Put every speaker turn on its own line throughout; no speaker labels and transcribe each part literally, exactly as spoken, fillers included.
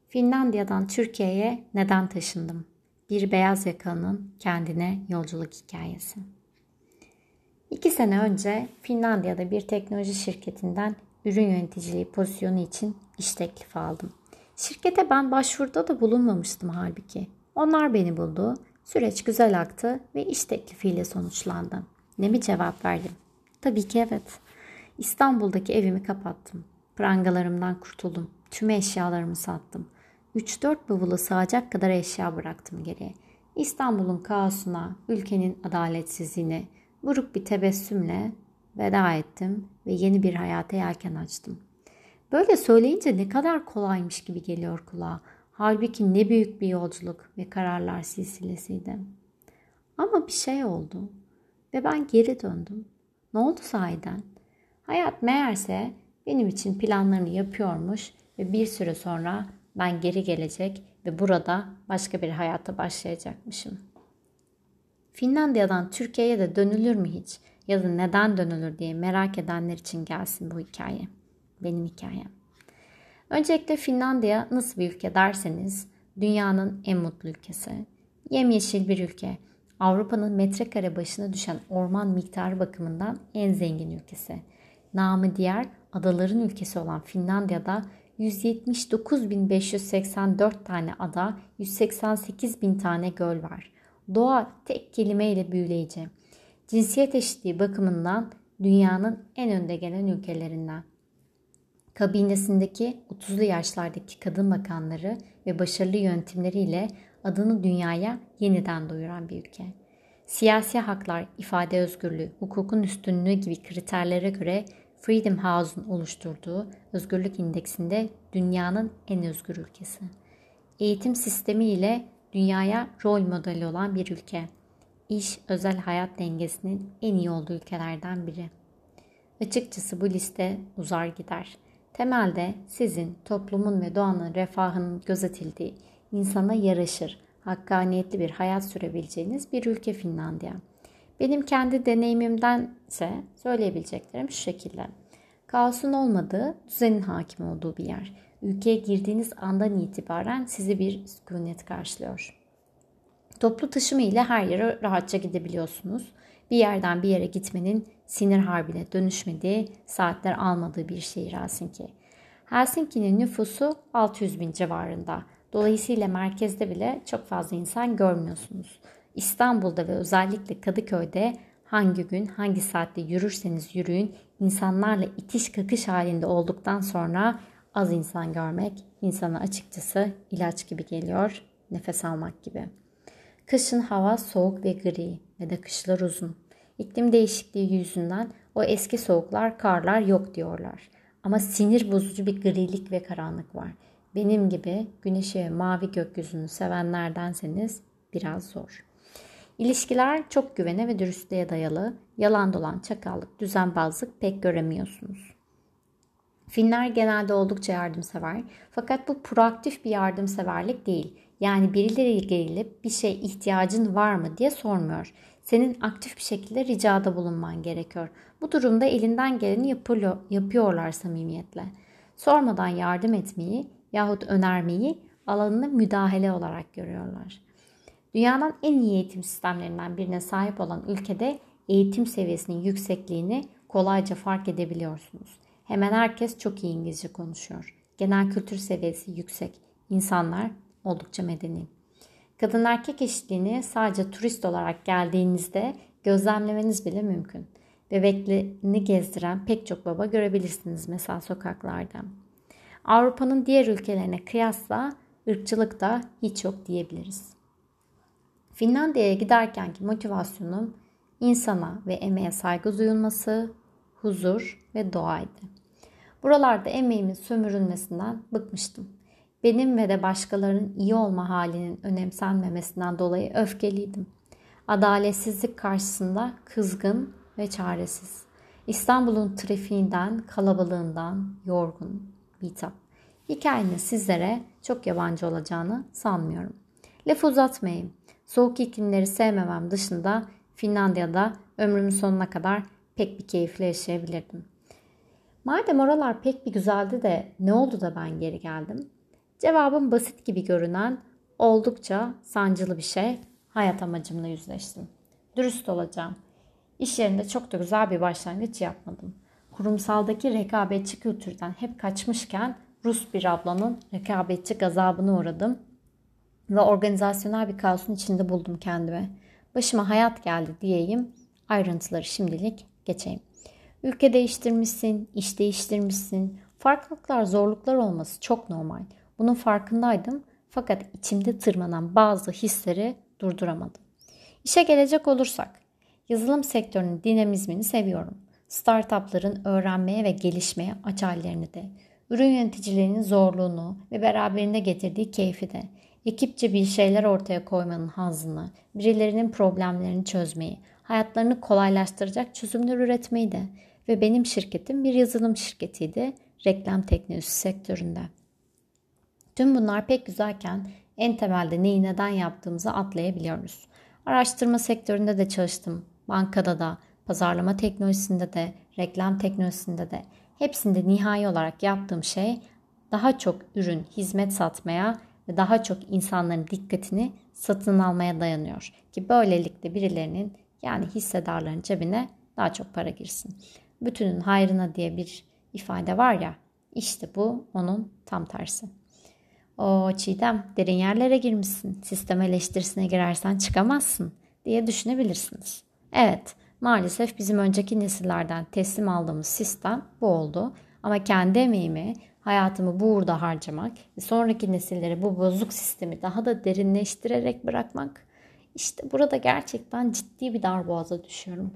Finlandiya'dan Türkiye'ye neden taşındım? Bir beyaz yakalının kendine yolculuk hikayesi. İki sene önce Finlandiya'da bir teknoloji şirketinden ürün yöneticiliği pozisyonu için iş teklifi aldım. Şirkete ben başvuruda da bulunmamıştım halbuki. Onlar beni buldu, süreç güzel aktı ve iş teklifiyle sonuçlandı. Ne mi cevap verdim? Tabii ki evet. İstanbul'daki evimi kapattım. Prangalarımdan kurtuldum. Tüm eşyalarımı sattım. üç dört bavula sığacak kadar eşya bıraktım geriye. İstanbul'un kaosuna, ülkenin adaletsizliğine buruk bir tebessümle veda ettim ve yeni bir hayata yelken açtım. Böyle söyleyince ne kadar kolaymış gibi geliyor kulağa. Halbuki ne büyük bir yolculuk ve kararlar silsilesiydi. Ama bir şey oldu ve ben geri döndüm. Ne oldu sahiden? Hayat meğerse benim için planlarını yapıyormuş ve bir süre sonra ben geri gelecek ve burada başka bir hayata başlayacakmışım. Finlandiya'dan Türkiye'ye de dönülür mü hiç? Ya da neden dönülür diye merak edenler için gelsin bu hikaye. Benim hikayem. Öncelikle Finlandiya nasıl bir ülke derseniz dünyanın en mutlu ülkesi. Yemyeşil bir ülke. Avrupa'nın metrekare başına düşen orman miktarı bakımından en zengin ülkesi. Namı diğer adaların ülkesi olan Finlandiya'da yüz yetmiş dokuz bin beş yüz seksen dört tane ada, yüz seksen sekiz bin tane göl var. Doğa tek kelimeyle büyüleyici. Cinsiyet eşitliği bakımından dünyanın en önde gelen ülkelerinden. Kabinesindeki otuzlu yaşlardaki kadın bakanları ve başarılı yönetimleriyle adını dünyaya yeniden duyuran bir ülke. Siyasi haklar, ifade özgürlüğü, hukukun üstünlüğü gibi kriterlere göre Freedom House'un oluşturduğu özgürlük indeksinde dünyanın en özgür ülkesi. Eğitim sistemi ile dünyaya rol modeli olan bir ülke. İş, özel hayat dengesinin en iyi olduğu ülkelerden biri. Açıkçası bu liste uzar gider. Temelde sizin toplumun ve doğanın refahının gözetildiği, insana yaraşır, hakkaniyetli bir hayat sürebileceğiniz bir ülke Finlandiya. Benim kendi deneyimimdense söyleyebileceklerim şu şekilde. Kaosun olmadığı, düzenin hakim olduğu bir yer. Ülkeye girdiğiniz andan itibaren sizi bir sükunet karşılıyor. Toplu taşıma ile her yere rahatça gidebiliyorsunuz. Bir yerden bir yere gitmenin sinir harbine dönüşmediği, saatler almadığı bir şehir Helsinki. Helsinki'nin nüfusu altı yüz bin civarında. Dolayısıyla merkezde bile çok fazla insan görmüyorsunuz. İstanbul'da ve özellikle Kadıköy'de hangi gün hangi saatte yürürseniz yürüyün insanlarla itiş kakış halinde olduktan sonra az insan görmek insana açıkçası ilaç gibi geliyor, nefes almak gibi. Kışın hava soğuk ve gri ve de kışlar uzun. İklim değişikliği yüzünden o eski soğuklar, karlar yok diyorlar. Ama sinir bozucu bir grilik ve karanlık var. Benim gibi güneşi ve mavi gökyüzünü sevenlerdenseniz biraz zor. İlişkiler çok güvene ve dürüstlüğe dayalı, yalan dolan çakallık, düzenbazlık pek göremiyorsunuz. Finler genelde oldukça yardımsever fakat bu proaktif bir yardımseverlik değil. Yani birileri gelip bir şey ihtiyacın var mı diye sormuyor. Senin aktif bir şekilde ricada bulunman gerekiyor. Bu durumda elinden geleni yapıyor, yapıyorlar samimiyetle. Sormadan yardım etmeyi yahut önermeyi alanını müdahale olarak görüyorlar. Dünyanın en iyi eğitim sistemlerinden birine sahip olan ülkede eğitim seviyesinin yüksekliğini kolayca fark edebiliyorsunuz. Hemen herkes çok iyi İngilizce konuşuyor. Genel kültür seviyesi yüksek. İnsanlar oldukça medeni. Kadın erkek eşitliğini sadece turist olarak geldiğinizde gözlemlemeniz bile mümkün. Bebeklerini gezdiren pek çok baba görebilirsiniz mesela sokaklarda. Avrupa'nın diğer ülkelerine kıyasla ırkçılık da hiç yok diyebiliriz. Finlandiya'ya giderkenki motivasyonum insana ve emeğe saygı duyulması, huzur ve doğaydı. Buralarda emeğimin sömürülmesinden bıkmıştım. Benim ve de başkalarının iyi olma halinin önemsenmemesinden dolayı öfkeliydim. Adaletsizlik karşısında kızgın ve çaresiz. İstanbul'un trafiğinden, kalabalığından yorgun, bitap. Hikayenin sizlere çok yabancı olacağını sanmıyorum. Laf uzatmayayım. Soğuk iklimleri sevmemem dışında Finlandiya'da ömrümün sonuna kadar pek bir keyifle yaşayabilirdim. Madem oralar pek bir güzeldi de ne oldu da ben geri geldim? Cevabım basit gibi görünen oldukça sancılı bir şey. Hayat amacımla yüzleştim. Dürüst olacağım. İş yerinde çok da güzel bir başlangıç yapmadım. Kurumsaldaki rekabetçi kültürden hep kaçmışken Rus bir ablanın rekabetçi gazabına uğradım ve organizasyonel bir kaosun içinde buldum kendimi. Başıma hayat geldi diyeyim, ayrıntıları şimdilik geçeyim. Ülke değiştirmişsin, iş değiştirmişsin. Farklılıklar, zorluklar olması çok normal. Bunun farkındaydım fakat içimde tırmanan bazı hisleri durduramadım. İşe gelecek olursak, yazılım sektörünün dinamizmini seviyorum. Startupların öğrenmeye ve gelişmeye aç hallerini de, ürün yöneticilerinin zorluğunu ve beraberinde getirdiği keyfi de, ekipçe bir şeyler ortaya koymanın hazzını, birilerinin problemlerini çözmeyi, hayatlarını kolaylaştıracak çözümler üretmeyi de ve benim şirketim bir yazılım şirketiydi, reklam teknolojisi sektöründe. Tüm bunlar pek güzelken en temelde neyi neden yaptığımızı atlayabiliyoruz. Araştırma sektöründe de çalıştım, bankada da, pazarlama teknolojisinde de, reklam teknolojisinde de. Hepsinde nihai olarak yaptığım şey daha çok ürün, hizmet satmaya ve daha çok insanların dikkatini satın almaya dayanıyor. Ki böylelikle birilerinin yani hissedarların cebine daha çok para girsin. Bütünün hayrına diye bir ifade var ya, işte bu onun tam tersi. O Çiğdem, derin yerlere girmişsin. Sistem eleştirisine girersen çıkamazsın diye düşünebilirsiniz. Evet, maalesef bizim önceki nesillerden teslim aldığımız sistem bu oldu. Ama kendi emeğimi, hayatımı bu uğurda harcamak ve sonraki nesillere bu bozuk sistemi daha da derinleştirerek bırakmak, işte burada gerçekten ciddi bir darboğaza düşüyorum.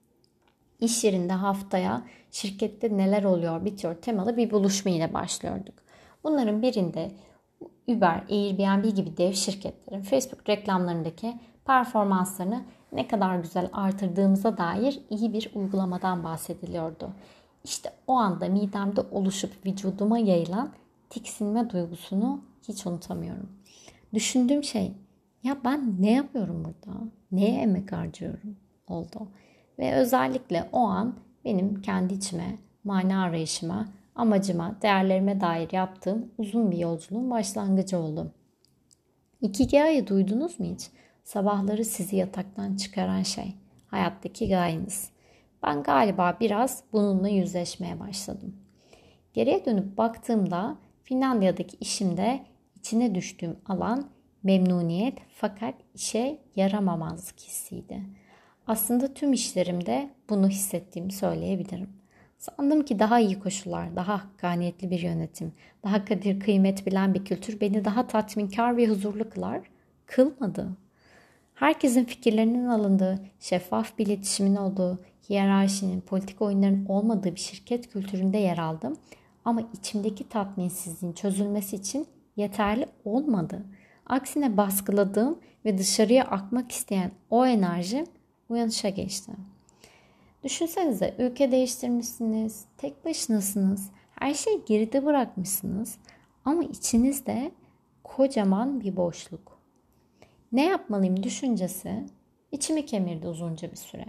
İş yerinde haftaya şirkette neler oluyor bitiyor temalı bir buluşma ile başlıyorduk. Bunların birinde Uber, Airbnb gibi dev şirketlerin Facebook reklamlarındaki performanslarını ne kadar güzel artırdığımıza dair iyi bir uygulamadan bahsediliyordu. İşte o anda midemde oluşup vücuduma yayılan tiksinme duygusunu hiç unutamıyorum. Düşündüğüm şey, ya ben ne yapıyorum burada? Neye emek harcıyorum? Oldu. Ve özellikle o an benim kendi içime, mana arayışıma, amacıma, değerlerime dair yaptığım uzun bir yolculuğun başlangıcı oldu. Ikigai'yi duydunuz mu hiç? Sabahları sizi yataktan çıkaran şey, hayattaki gayeniz. Ben galiba biraz bununla yüzleşmeye başladım. Geriye dönüp baktığımda Finlandiya'daki işimde içine düştüğüm alan memnuniyet fakat işe yaramamazlık hissiydi. Aslında tüm işlerimde bunu hissettiğimi söyleyebilirim. Sandım ki daha iyi koşullar, daha hakkaniyetli bir yönetim, daha kadir kıymet bilen bir kültür beni daha tatminkar ve huzurlu kılar. Kılmadı. Herkesin fikirlerinin alındığı, şeffaf bir iletişimin olduğu, hiyerarşinin, politik oyunların olmadığı bir şirket kültüründe yer aldım. Ama içimdeki tatminsizliğin çözülmesi için yeterli olmadı. Aksine baskıladığım ve dışarıya akmak isteyen o enerji uyanışa geçti. Düşünsenize, ülke değiştirmişsiniz, tek başınasınız, her şeyi geride bırakmışsınız ama içinizde kocaman bir boşluk. Ne yapmalıyım düşüncesi içimi kemirdi uzunca bir süre.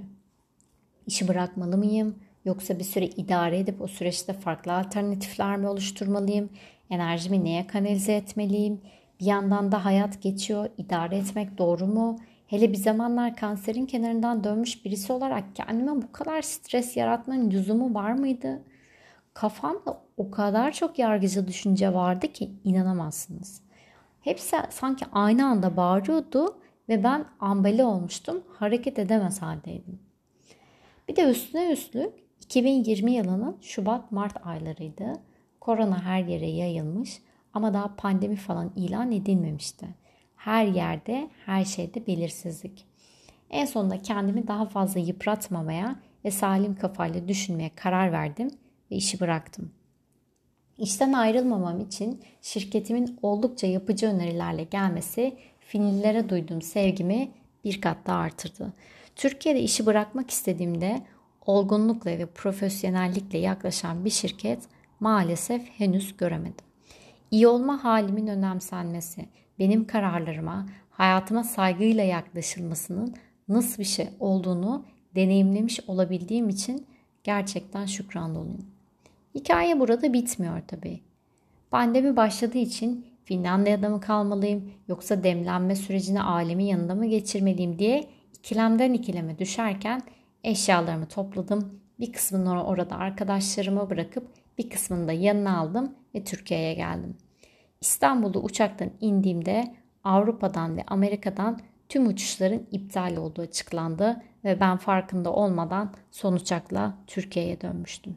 İşi bırakmalı mıyım? Yoksa bir süre idare edip o süreçte farklı alternatifler mi oluşturmalıyım? Enerjimi neye kanalize etmeliyim? Bir yandan da hayat geçiyor, idare etmek doğru mu? Hele bir zamanlar kanserin kenarından dönmüş birisi olarak kendime bu kadar stres yaratmanın lüzumu var mıydı? Kafamda o kadar çok yargıcı düşünce vardı ki inanamazsınız. Hepsi sanki aynı anda bağırıyordu ve ben ambale olmuştum, hareket edemez haldeydim. Bir de üstüne üstlük iki bin yirmi yılının Şubat-Mart aylarıydı. Korona her yere yayılmış ama daha pandemi falan ilan edilmemişti. Her yerde, her şeyde belirsizlik. En sonunda kendimi daha fazla yıpratmamaya ve salim kafayla düşünmeye karar verdim ve işi bıraktım. İşten ayrılmamam için şirketimin oldukça yapıcı önerilerle gelmesi Finlilere duyduğum sevgimi bir kat daha artırdı. Türkiye'de işi bırakmak istediğimde olgunlukla ve profesyonellikle yaklaşan bir şirket maalesef henüz göremedim. İyi olma halimin önemsenmesi, benim kararlarıma, hayatıma saygıyla yaklaşılmasının nasıl bir şey olduğunu deneyimlemiş olabildiğim için gerçekten şükran doluyum. Hikaye burada bitmiyor tabii. Pandemi başladığı için Finlandiya'da mı kalmalıyım yoksa demlenme sürecini ailemin yanında mı geçirmeliyim diye ikilemden ikileme düşerken eşyalarımı topladım. Bir kısmını orada arkadaşlarıma bırakıp bir kısmını da yanına aldım ve Türkiye'ye geldim. İstanbul'da uçaktan indiğimde Avrupa'dan ve Amerika'dan tüm uçuşların iptal olduğu açıklandı ve ben farkında olmadan son uçakla Türkiye'ye dönmüştüm.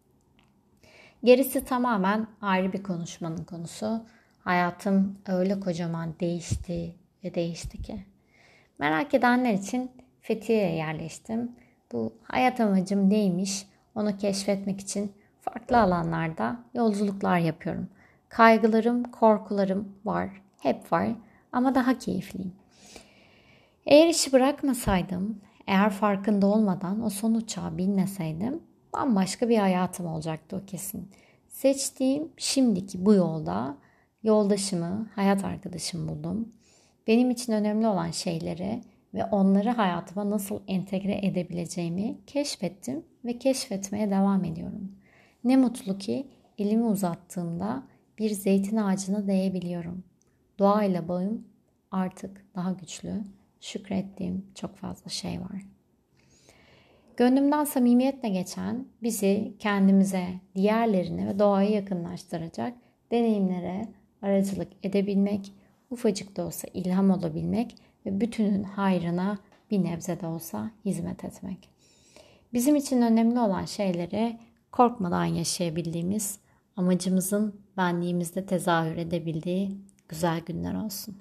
Gerisi tamamen ayrı bir konuşmanın konusu. Hayatım öyle kocaman değişti ve değişti ki. Merak edenler için Fethiye'ye yerleştim. Bu hayat amacım neymiş onu keşfetmek için farklı alanlarda yolculuklar yapıyorum. Kaygılarım, korkularım var, hep var ama daha keyifliyim. Eğer işi bırakmasaydım, eğer farkında olmadan o son uçağa binmeseydim bambaşka bir hayatım olacaktı o kesin. Seçtiğim şimdiki bu yolda yoldaşımı, hayat arkadaşımı buldum. Benim için önemli olan şeyleri ve onları hayatıma nasıl entegre edebileceğimi keşfettim ve keşfetmeye devam ediyorum. Ne mutlu ki elimi uzattığımda bir zeytin ağacına değebiliyorum. Doğayla bağım artık daha güçlü. Şükrettiğim çok fazla şey var. Gönlümden samimiyetle geçen, bizi kendimize, diğerlerine ve doğaya yakınlaştıracak deneyimlere aracılık edebilmek, ufacık da olsa ilham olabilmek ve bütünün hayrına bir nebze de olsa hizmet etmek. Bizim için önemli olan şeyleri korkmadan yaşayabildiğimiz, amacımızın benliğimizde tezahür edebildiği güzel günler olsun.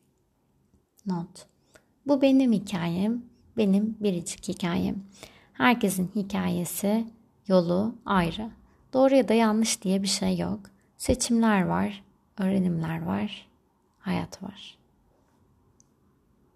Not. Bu benim hikayem, benim biricik hikayem. Herkesin hikayesi, yolu ayrı. Doğru ya da yanlış diye bir şey yok. Seçimler var, öğrenimler var, hayat var.